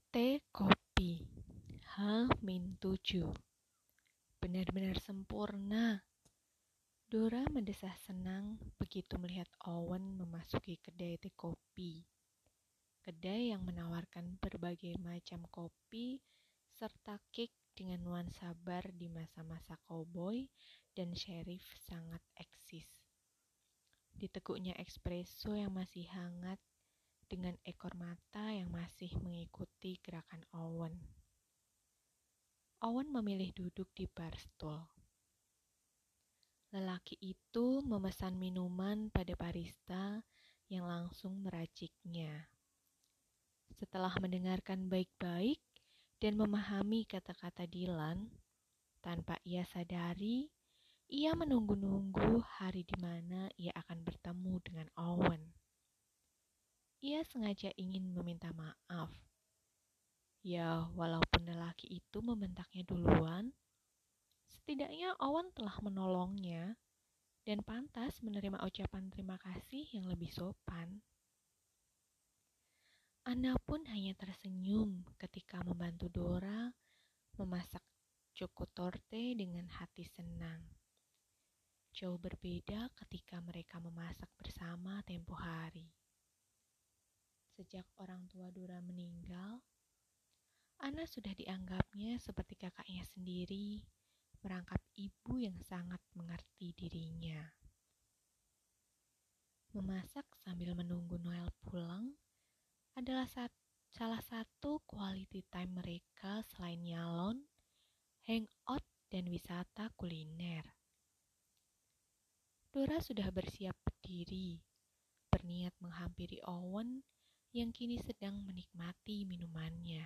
Teh kopi H-7. Benar-benar sempurna. Dora mendesah senang begitu melihat Owen memasuki kedai teh kopi. Kedai yang menawarkan berbagai macam kopi serta cake dengan nuansa bar di masa-masa koboi dan sheriff sangat eksis. Diteguknya espresso yang masih hangat dengan ekor mata yang masih mengikuti gerakan Owen. Owen memilih duduk di bar stool. Lelaki itu memesan minuman pada barista yang langsung meraciknya. Setelah mendengarkan baik-baik dan memahami kata-kata Dylan, tanpa ia sadari, ia menunggu-nunggu hari di mana ia akan bertemu dengan Owen. Ia sengaja ingin meminta maaf. Ya, walaupun lelaki itu membentaknya duluan, setidaknya Owen telah menolongnya dan pantas menerima ucapan terima kasih yang lebih sopan. Anna pun hanya tersenyum ketika membantu Dora memasak choco torte dengan hati senang. Jauh berbeda ketika mereka memasak bersama tempo hari. Sejak orang tua Dora meninggal, Anna sudah dianggapnya seperti kakaknya sendiri, merangkap ibu yang sangat mengerti dirinya. Memasak sambil menunggu Noel pulang adalah salah satu quality time mereka selain nyalon, hangout, dan wisata kuliner. Dora sudah bersiap berdiri, berniat menghampiri Owen yang kini sedang menikmati minumannya.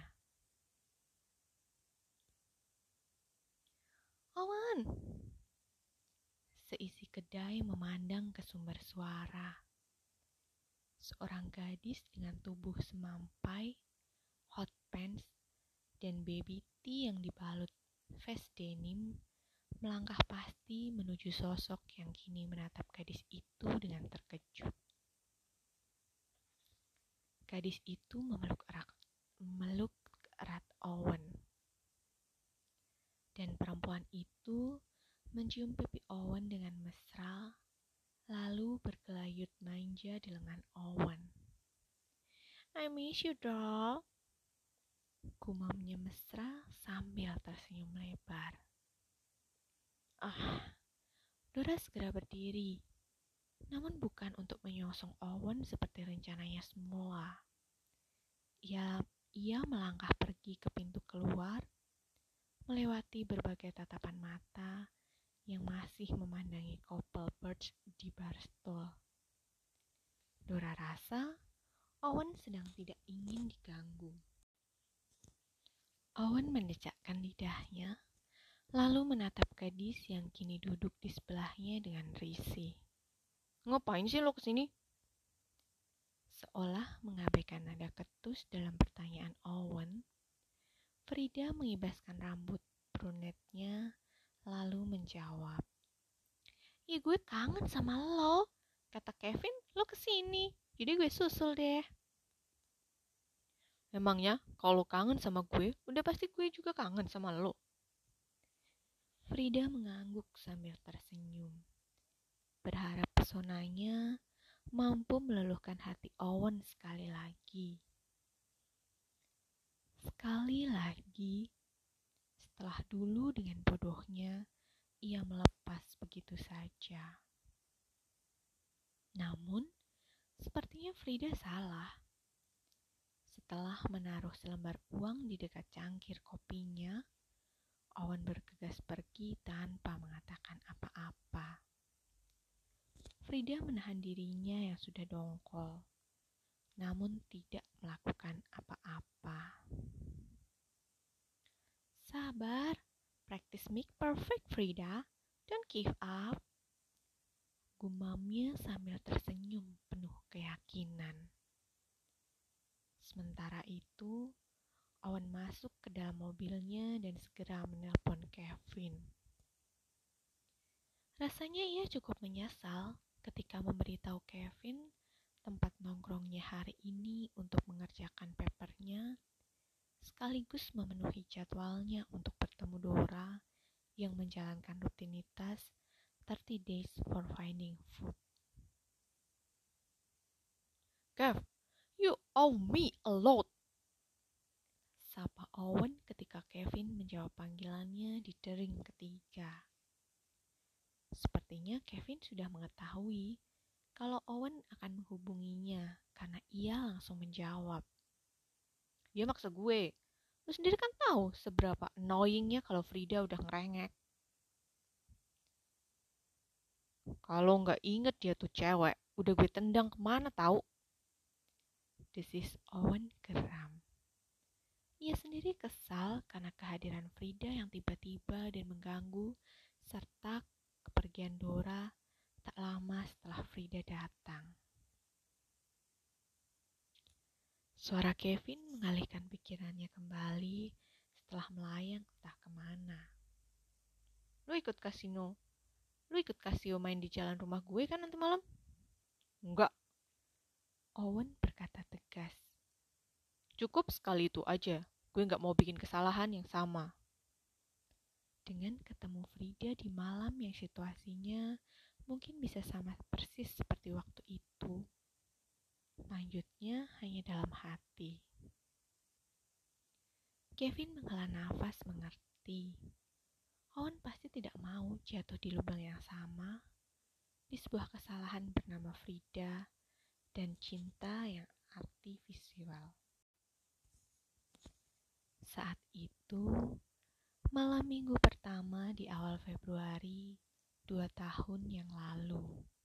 Owen! Seisi kedai memandang ke sumber suara. Seorang gadis dengan tubuh semampai, hot pants, dan baby tee yang dibalut vest denim melangkah pasti menuju sosok yang kini menatap gadis itu dengan terkejut. Gadis itu memeluk erat Owen. Dan perempuan itu mencium pipi Owen dengan mesra, lalu bergelayut manja di lengan Owen. I miss you, doll. Gumamnya mesra sambil tersenyum lebar. Dora segera berdiri, namun bukan untuk menyongsong Owen seperti rencananya semula. Ia melangkah pergi ke pintu keluar, melewati berbagai tatapan mata yang masih memandangi couple birch di bar stool. Dora rasa Owen sedang tidak ingin diganggu. Owen mendecakkan lidahnya, lalu menatap gadis yang kini duduk di sebelahnya dengan risih. Ngapain sih lo kesini? Seolah mengabaikan nada ketus dalam pertanyaan Owen, Frida mengibaskan rambut brunetnya, lalu menjawab. Ya gue kangen sama lo. Kata Kevin, lo kesini. Jadi gue susul deh. Emangnya kalau kangen sama gue, udah pasti gue juga kangen sama lo. Frida mengangguk sambil tersenyum. Berharap pesonanya mampu meluluhkan hati Owen sekali lagi. Sekali lagi, setelah dulu dengan bodohnya, ia melepas begitu saja. Namun, sepertinya Frida salah. Setelah menaruh selembar uang di dekat cangkir kopinya, Owen bergegas pergi tanpa mengatakan apa-apa. Frida menahan dirinya yang sudah dongkol, namun tidak melakukan apa-apa. Sabar, practice make perfect, Frida. Don't give up. Gumamnya sambil tersenyum penuh keyakinan. Sementara itu, Owen masuk ke dalam mobilnya dan segera menelpon Kevin. Rasanya ia cukup menyesal ketika memberitahu Kevin tempat nongkrongnya hari ini untuk mengerjakan papernya, sekaligus memenuhi jadwalnya untuk bertemu Dora yang menjalankan rutinitas 30 Days for Finding Food. "Kev, you owe me a lot," sapa Owen ketika Kevin menjawab panggilannya di dering ketiga. Sepertinya Kevin sudah mengetahui kalau Owen akan menghubunginya karena ia langsung menjawab. "Dia maksa gue. Lu sendiri kan tahu seberapa annoyingnya kalau Frida udah ngerengek. Kalau nggak inget dia tuh cewek, udah gue tendang kemana tahu?" Desis Owen geram. Ia sendiri kesal karena kehadiran Frida yang tiba-tiba dan mengganggu, serta kepergian Dora tak lama setelah Frida datang. Suara Kevin mengalihkan pikirannya kembali setelah melayang entah kemana. Lu ikut kasino main di jalan rumah gue kan nanti malam?" "Enggak," Owen berkata tegas. "Cukup sekali itu aja. Gue nggak mau bikin kesalahan yang sama." Dengan ketemu Frida di malam yang situasinya mungkin bisa sama persis seperti waktu itu, lanjutnya hanya dalam hati. Kevin menghela nafas mengerti. Owen pasti tidak mau jatuh di lubang yang sama, di sebuah kesalahan bernama Frida dan cinta yang artifisial. Saat itu, malam minggu pertama di awal Februari 2 tahun yang lalu.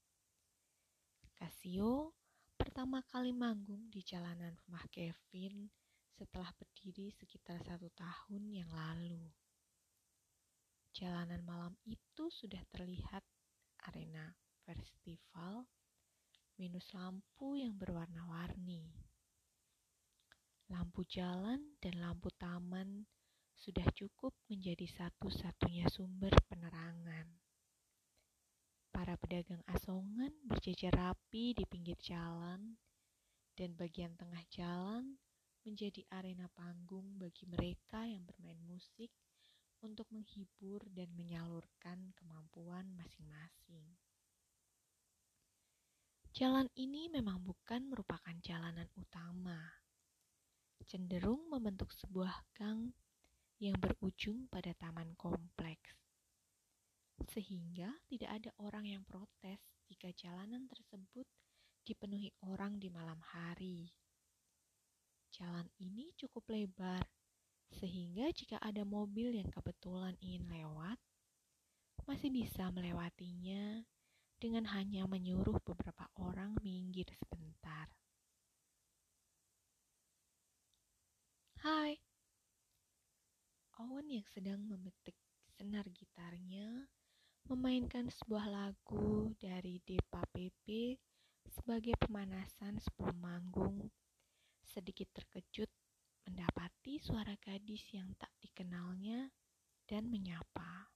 Casio pertama kali manggung di jalanan rumah Kevin setelah berdiri sekitar 1 tahun yang lalu. Jalanan malam itu sudah terlihat arena festival minus lampu yang berwarna-warni. Lampu jalan dan lampu taman sudah cukup menjadi satu-satunya sumber penerangan. Para pedagang asongan berjejer rapi di pinggir jalan, dan bagian tengah jalan menjadi arena panggung bagi mereka yang bermain musik untuk menghibur dan menyalurkan kemampuan masing-masing. Jalan ini memang bukan merupakan jalanan utama, cenderung membentuk sebuah gang yang berujung pada taman kompleks. Sehingga tidak ada orang yang protes jika jalanan tersebut dipenuhi orang di malam hari. Jalan ini cukup lebar, sehingga jika ada mobil yang kebetulan ingin lewat, masih bisa melewatinya dengan hanya menyuruh beberapa orang minggir sebentar. "Hai." Owen yang sedang memetik senar gitarnya memainkan sebuah lagu dari Depa Pepe sebagai pemanasan sebelum manggung, sedikit terkejut mendapati suara gadis yang tak dikenalnya dan menyapa.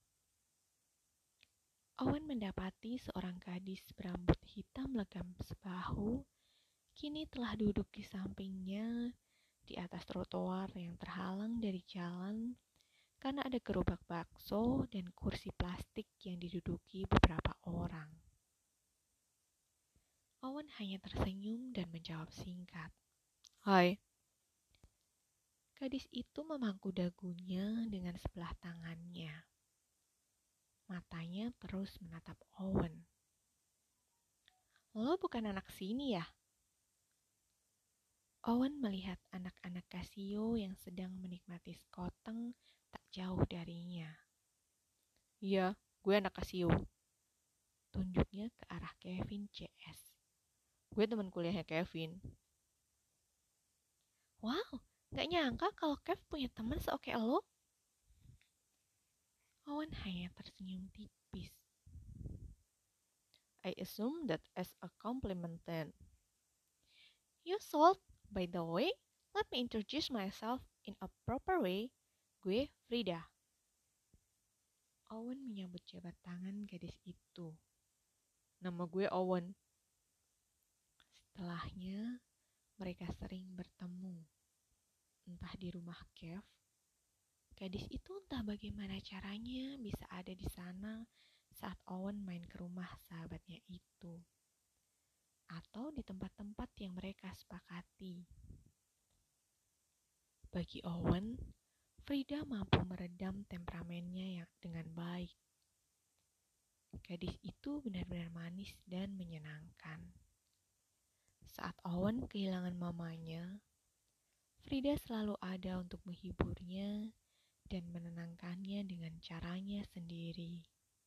Owen mendapati seorang gadis berambut hitam legam sebahu kini telah duduk di sampingnya di atas trotoar yang terhalang dari jalan karena ada gerobak bakso dan kursi plastik yang diduduki beberapa orang. Owen hanya tersenyum dan menjawab singkat, "Hai." Gadis itu memangku dagunya dengan sebelah tangannya. Matanya terus menatap Owen. "Lo bukan anak sini ya?" Owen melihat anak-anak Casio yang sedang menikmati skoteng tak jauh darinya. "Iya, gue anak Casio." Tunjuknya ke arah Kevin CS. "Gue teman kuliahnya Kevin." "Wow, gak nyangka kalau Kev punya teman seoke lo." Owen hanya tersenyum tipis. "I assume that as a compliment then." "You sold. By the way, let me introduce myself in a proper way. Gue Frida." Owen menyambut jabat tangan gadis itu. "Nama gue Owen." Setelahnya, mereka sering bertemu. melintah di rumah Kev, gadis itu entah bagaimana caranya bisa ada di sana saat Owen main ke rumah sahabatnya itu, atau di tempat-tempat yang mereka sepakati. Bagi Owen, Frida mampu meredam temperamennya yang dengan baik. Gadis itu benar-benar manis dan menyenangkan. Saat Owen kehilangan mamanya, Frida selalu ada untuk menghiburnya dan menenangkannya dengan caranya sendiri.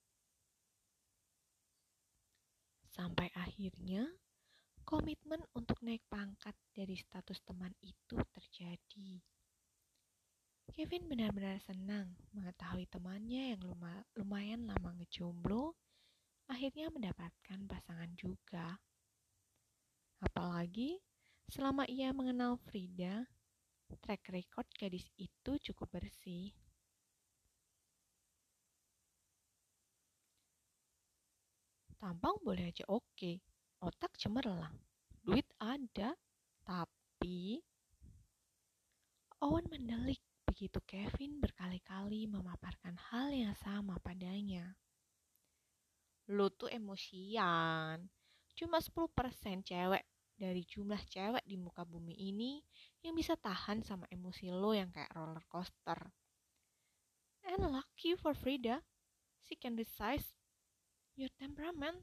Sampai akhirnya, komitmen untuk naik pangkat dari status teman itu terjadi. Kevin benar-benar senang mengetahui temannya yang lumayan lama ngejomblo akhirnya mendapatkan pasangan juga. Apalagi selama ia mengenal Frida, track record gadis itu cukup bersih. Tampang boleh aja oke, otak cemerlang, duit ada, tapi Owen mendelik begitu Kevin berkali-kali memaparkan hal yang sama padanya. Lu tuh emosian. Cuma 10% cewek dari jumlah cewek di muka bumi ini yang bisa tahan sama emosi lo yang kayak roller coaster. And lucky for Frida, she can decide your temperament.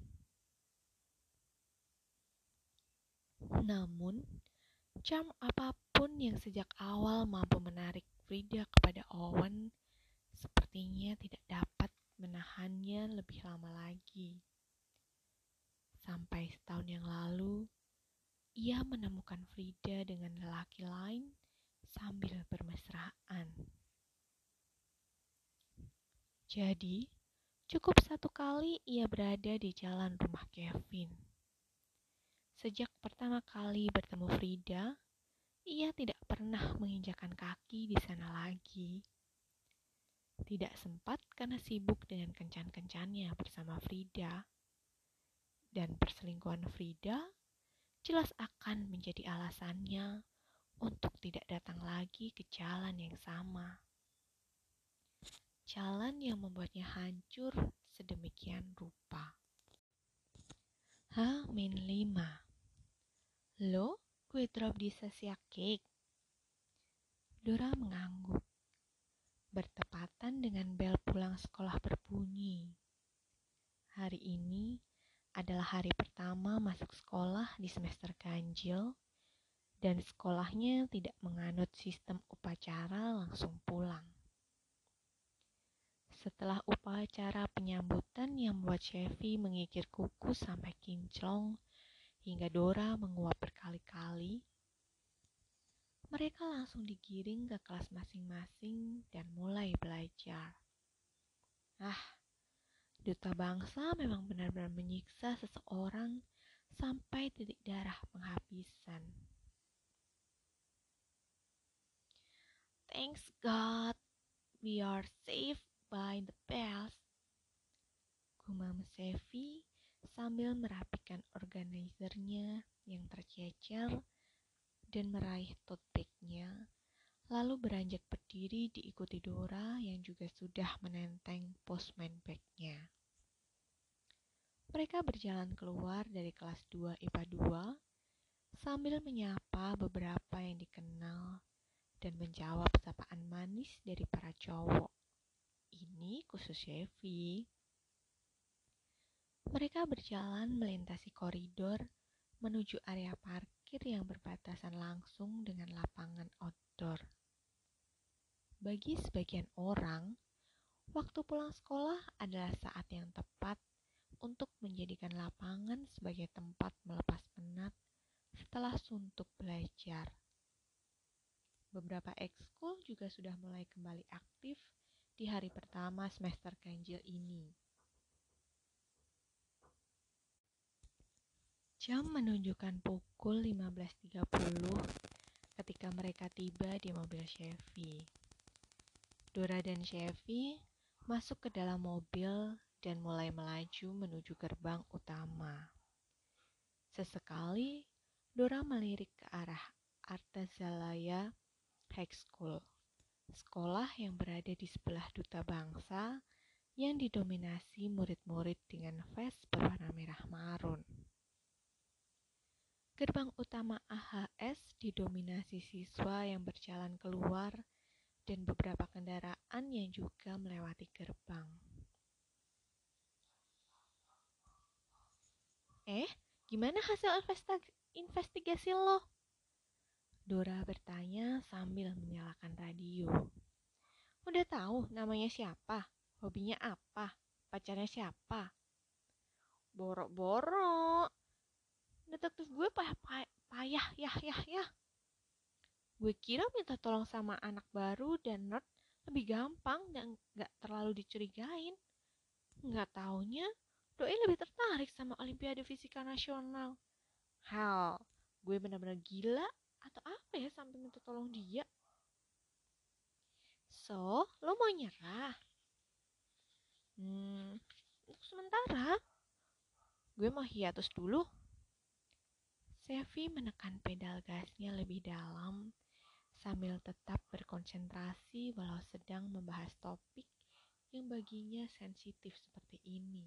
Namun, charm apapun yang sejak awal mampu menarik Frida kepada Owen sepertinya tidak dapat menahannya lebih lama lagi. Sampai setahun yang lalu, ia menemukan Frida dengan lelaki lain sambil bermesraan. Jadi, cukup satu kali ia berada di jalan rumah Kevin. Sejak pertama kali bertemu Frida, ia tidak pernah menginjakan kaki di sana lagi. Tidak sempat karena sibuk dengan kencan-kencannya bersama Frida. Dan perselingkuhan Frida jelas akan menjadi alasannya untuk tidak datang lagi ke jalan yang sama. Jalan yang membuatnya hancur sedemikian rupa. H-5. Lo, gue drop di Sesia Cake. Dora mengangguk. Bertepatan dengan bel pulang sekolah berbunyi. Hari ini adalah hari pertama masuk sekolah di semester ganjil dan sekolahnya tidak menganut sistem upacara langsung pulang. Setelah upacara penyambutan yang membuat Chevy mengikir kuku sampai kinclong hingga Dora menguap berkali-kali, mereka langsung digiring ke kelas masing-masing dan mulai belajar. Duta bangsa memang benar-benar menyiksa seseorang sampai titik darah penghabisan. Thanks God, we are safe by the bells. Gumam Chevy sambil merapikan organizernya yang tercecer dan meraih tote bag-nya, lalu beranjak berdiri diikuti Dora yang juga sudah menenteng postman bag-nya. Mereka berjalan keluar dari kelas 2 IPA 2 sambil menyapa beberapa yang dikenal dan menjawab sapaan manis dari para cowok. Ini khusus Chevy. Mereka berjalan melintasi koridor menuju area parkir yang berbatasan langsung dengan lapangan outdoor. Bagi sebagian orang, waktu pulang sekolah adalah saat yang tepat untuk menjadikan lapangan sebagai tempat melepas penat setelah suntuk belajar. Beberapa ekskul juga sudah mulai kembali aktif di hari pertama semester ganjil ini. Jam menunjukkan pukul 15.30 ketika mereka tiba di mobil Chevy. Dora dan Chevy masuk ke dalam mobil dan mulai melaju menuju gerbang utama. Sesekali, Dora melirik ke arah Artazalaya High School, sekolah yang berada di sebelah duta bangsa yang didominasi murid-murid dengan vest berwarna merah marun. Gerbang utama AHS didominasi siswa yang berjalan keluar dan beberapa kendaraan yang juga melewati gerbang. Gimana hasil investigasi lo? Dora bertanya sambil menyalakan radio. Udah tahu namanya siapa? Hobinya apa? Pacarnya siapa? Borok-borok. Detektif gue payah, yah. Gue kira minta tolong sama anak baru dan nerd lebih gampang dan gak terlalu dicurigain. Gak taunya, Doi lebih tertarik sama Olimpiade Fisika Nasional. Hell, gue benar-benar gila atau apa ya sampai minta tolong dia? So, lo mau nyerah? Untuk sementara, gue mau hiatus dulu. Sevi menekan pedal gasnya lebih dalam sambil tetap berkonsentrasi walau sedang membahas topik yang baginya sensitif seperti ini.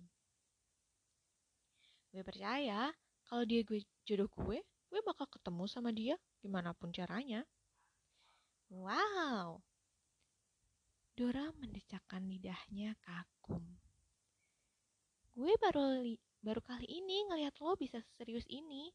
Gue percaya kalau dia jodoh gue bakal ketemu sama dia gimana pun caranya. Wow. Dora mendecakkan lidahnya kagum. Gue baru kali ini ngelihat lo bisa serius ini.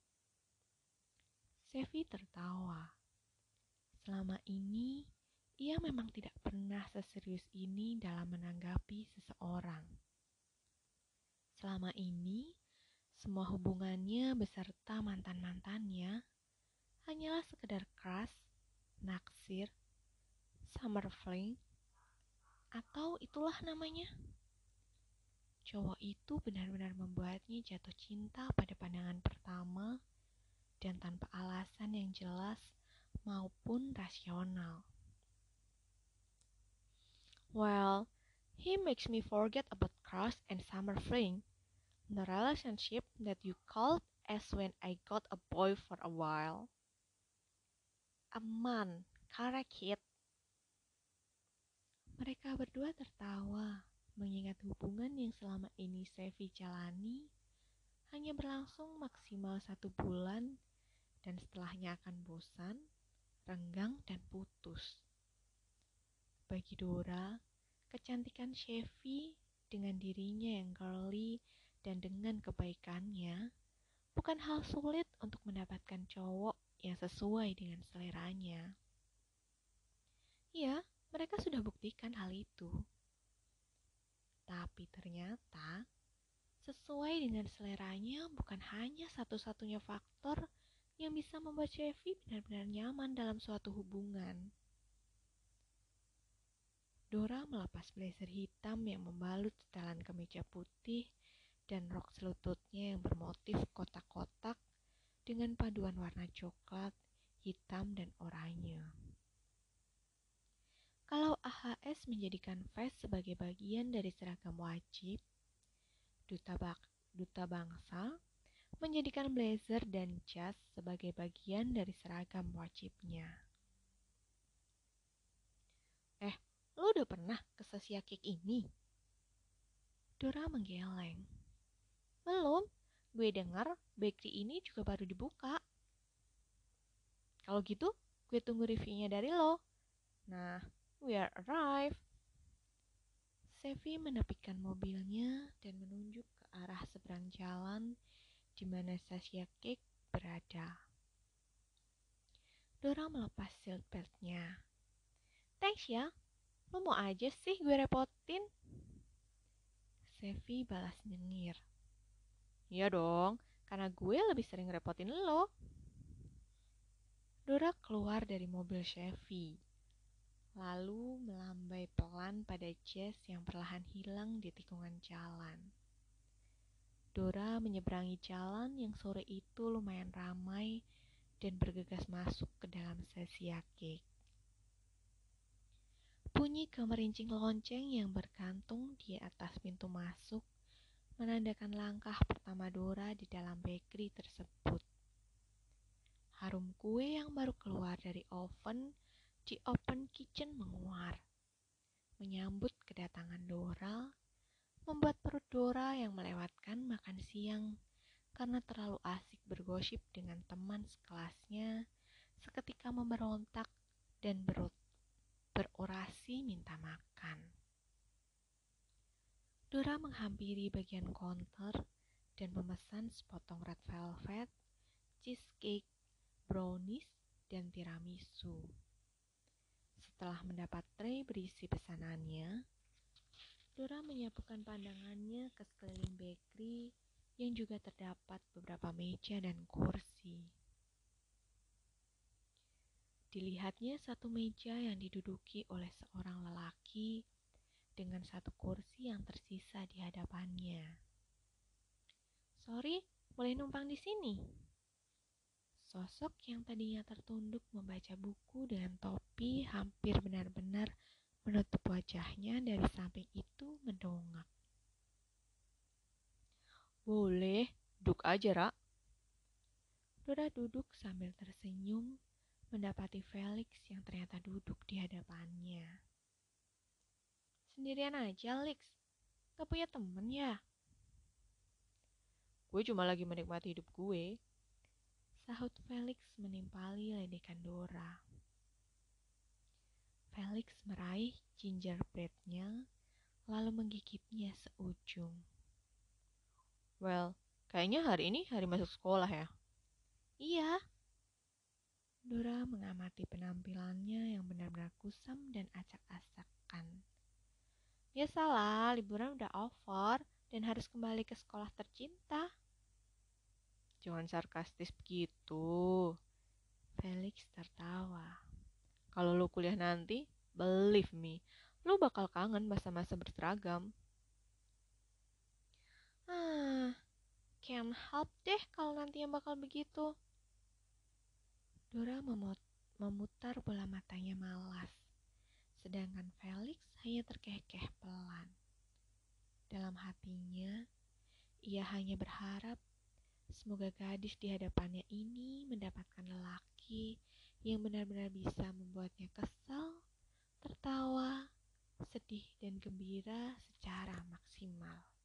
Sevi tertawa. Selama ini, ia memang tidak pernah seserius ini dalam menanggapi seseorang. Selama ini, semua hubungannya beserta mantan-mantannya hanyalah sekedar crush, naksir, summer fling, atau itulah namanya. Cowok itu benar-benar membuatnya jatuh cinta pada pandangan pertama dan tanpa alasan yang jelas maupun rasional. Well, he makes me forget about crush and summer fling, the relationship that you called as when I got a boy for a while. Aman, correct it. Mereka berdua tertawa, mengingat hubungan yang selama ini Sevi jalani hanya berlangsung maksimal 1 bulan dan setelahnya akan bosan, renggang, dan putus. Bagi Dora, kecantikan Sevi dengan dirinya yang girly dan dengan kebaikannya bukan hal sulit untuk mendapatkan cowok yang sesuai dengan seleranya. Ya, mereka sudah buktikan hal itu. Tapi ternyata, sesuai dengan seleranya bukan hanya satu-satunya faktor yang bisa membuat Sevi benar-benar nyaman dalam suatu hubungan. Dora melepas blazer hitam yang membalut setelan kemeja putih dan rok selututnya yang bermotif kotak-kotak dengan paduan warna coklat, hitam, dan oranye. Kalau AHS menjadikan vest sebagai bagian dari seragam wajib, duta bangsa menjadikan blazer dan jas sebagai bagian dari seragam wajibnya. Lo udah pernah ke Sesiakik ini? Dora menggeleng. Belum, gue dengar bakery ini juga baru dibuka. Kalau gitu, gue tunggu reviewnya dari lo. Nah, we are arrived. Sevi menepikan mobilnya dan menunjuk ke arah seberang jalan di mana Sesiakik berada. Dora melepas seatbeltnya. Thanks ya, lo mau aja sih gue repotin? Sevi balas nyengir. Iya dong, karena gue lebih sering repotin lo. Dora keluar dari mobil Sevi, lalu melambai pelan pada Jess yang perlahan hilang di tikungan jalan. Dora menyeberangi jalan yang sore itu lumayan ramai dan bergegas masuk ke dalam Sesiakik. Bunyi gemerincing lonceng yang bergantung di atas pintu masuk menandakan langkah pertama Dora di dalam bakery tersebut. Harum kue yang baru keluar dari oven The Open Kitchen menguar, menyambut kedatangan Dora, membuat perut Dora yang melewatkan makan siang karena terlalu asik bergosip dengan teman sekelasnya seketika memberontak dan berorasi minta makan. Dora menghampiri bagian counter dan memesan sepotong red velvet, cheesecake, brownies, dan tiramisu. Setelah mendapat tray berisi pesanannya, Dora menyapukan pandangannya ke sekeliling bakery yang juga terdapat beberapa meja dan kursi. Dilihatnya satu meja yang diduduki oleh seorang lelaki dengan satu kursi yang tersisa di hadapannya. "Sorry, boleh numpang di sini?" Sosok yang tadinya tertunduk membaca buku dengan topi hampir benar-benar menutup wajahnya dari samping itu mendongak. "Boleh, duduk aja, Ra." Dora duduk sambil tersenyum mendapati Felix yang ternyata duduk di hadapannya. "Sendirian aja, Lex? Gak punya temen ya?" "Gue cuma lagi menikmati hidup gue," sahut Felix menimpali ledekan Dora. Felix meraih gingerbread-nya lalu menggigitnya seujung. "Well, kayaknya hari ini hari masuk sekolah ya?" "Iya." Dora mengamati penampilannya yang benar-benar kusam dan acak-acakan. "Biasalah, liburan udah over dan harus kembali ke sekolah tercinta." "Jangan sarkastis begitu." Felix tertawa. "Kalau lu kuliah nanti, believe me, lu bakal kangen masa-masa berseragam." Can't help deh kalau nantinya bakal begitu." Dora memutar bola matanya malas, sedangkan Felix hanya terkekeh pelan. Dalam hatinya, ia hanya berharap semoga gadis di hadapannya ini mendapatkan lelaki yang benar-benar bisa membuatnya kesal, tertawa, sedih, dan gembira secara maksimal.